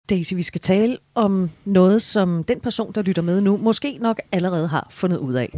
Daisy, vi skal tale om noget, som den person, der lytter med nu, måske nok allerede har fundet ud af.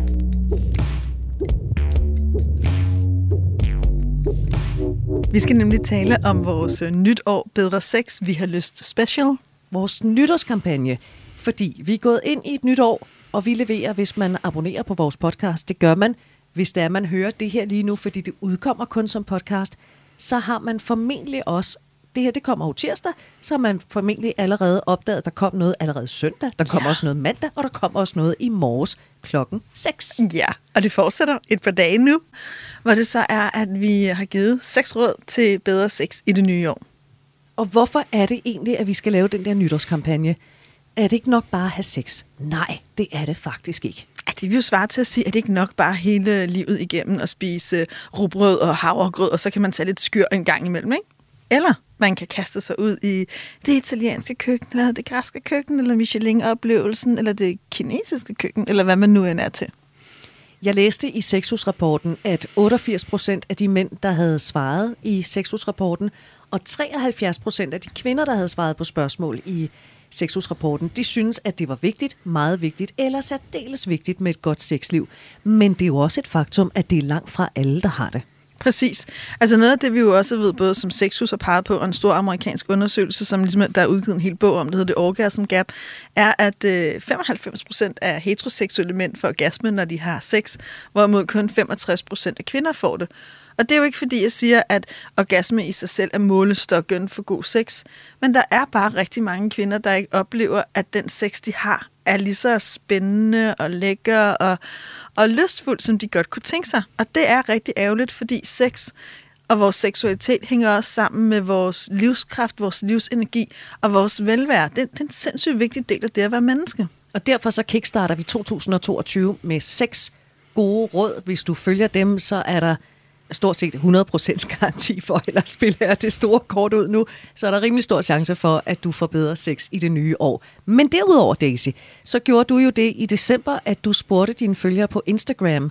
Vi skal nemlig tale om vores nytår Bedre Sex, vi har lyst special. Vores nytårskampagne, fordi vi er gået ind i et nyt år, og vi leverer, hvis man abonnerer på vores podcast. Det gør man, hvis det er, man hører det her lige nu, fordi det udkommer kun som podcast. Så har man formentlig også, det her det kommer jo tirsdag, så har man formentlig allerede opdaget, at der kom noget allerede søndag, der kommer også noget mandag, og der kommer også noget i morges klokken 6. Ja, og det fortsætter et par dage nu, hvor det så er, at vi har givet 6 råd til bedre sex i det nye år. Og hvorfor er det egentlig, at vi skal lave den der nytårskampagne? Er det ikke nok bare at have sex? Nej, det er det faktisk ikke. Det vil jo svare til at sige, at det ikke nok bare hele livet igennem at spise rugbrød og havregrød, og så kan man tage lidt skyr en gang imellem, ikke? Eller man kan kaste sig ud i det italienske køkken, eller det græske køkken, eller Michelin-oplevelsen, eller det kinesiske køkken, eller hvad man nu end er til. Jeg læste i Sexus-rapporten, at 88% af de mænd, der havde svaret i Sexus-rapporten, og 73% af de kvinder, der havde svaret på spørgsmål i Sexus-rapporten, de synes, at det var vigtigt, meget vigtigt, eller særdeles vigtigt med et godt sexliv. Men det er jo også et faktum, at det er langt fra alle, der har det. Præcis. Altså noget af det, vi jo også ved, både som Sexus har peget på, og en stor amerikansk undersøgelse, som ligesom, der er udgivet en hel bog om, det hedder det Orgasm Gap, er, at 95% af heteroseksuelle mænd får orgasme, når de har sex, hvorimod kun 65% af kvinder får det. Og det er jo ikke fordi, jeg siger, at orgasme i sig selv er målestokken for god sex, men der er bare rigtig mange kvinder, der ikke oplever, at den sex, de har, er lige så spændende og lækker og lystfuld, som de godt kunne tænke sig. Og det er rigtig ærgerligt, fordi sex og vores seksualitet hænger også sammen med vores livskraft, vores livsenergi og vores velvære. Det er en sindssygt vigtig del af det at være menneske. Og derfor så kickstarter vi 2022 med 6 gode råd. Hvis du følger dem, så er der stort set 100% garanti for, ellers spiller jeg det store kort ud nu, så er der rimelig stor chance for, at du får bedre sex i det nye år. Men derudover, Daisy, så gjorde du jo det i december, at du spurgte dine følgere på Instagram.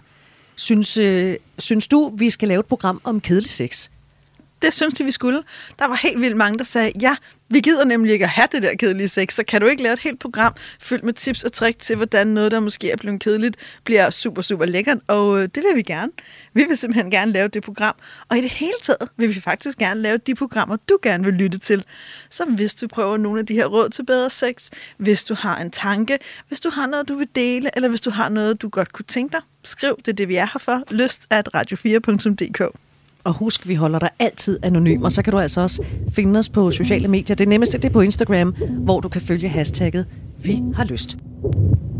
Synes du, vi skal lave et program om kedelig sex? Det synes de, vi skulle. Der var helt vildt mange, der sagde, ja, vi gider nemlig ikke at have det der kedelige sex, så kan du ikke lave et helt program fyldt med tips og trick til, hvordan noget, der måske er blevet kedeligt, bliver super, super lækkert, og det vil vi gerne. Vi vil simpelthen gerne lave det program, og i det hele taget vil vi faktisk gerne lave de programmer, du gerne vil lytte til. Så hvis du prøver nogle af de her råd til bedre sex, hvis du har en tanke, hvis du har noget, du vil dele, eller hvis du har noget, du godt kunne tænke dig, skriv det, vi er her for, lyst@radio4.dk. Og husk, vi holder dig altid anonym, og så kan du altså også finde os på sociale medier. Det nemmeste det er på Instagram, hvor du kan følge hashtagget Vi har lyst.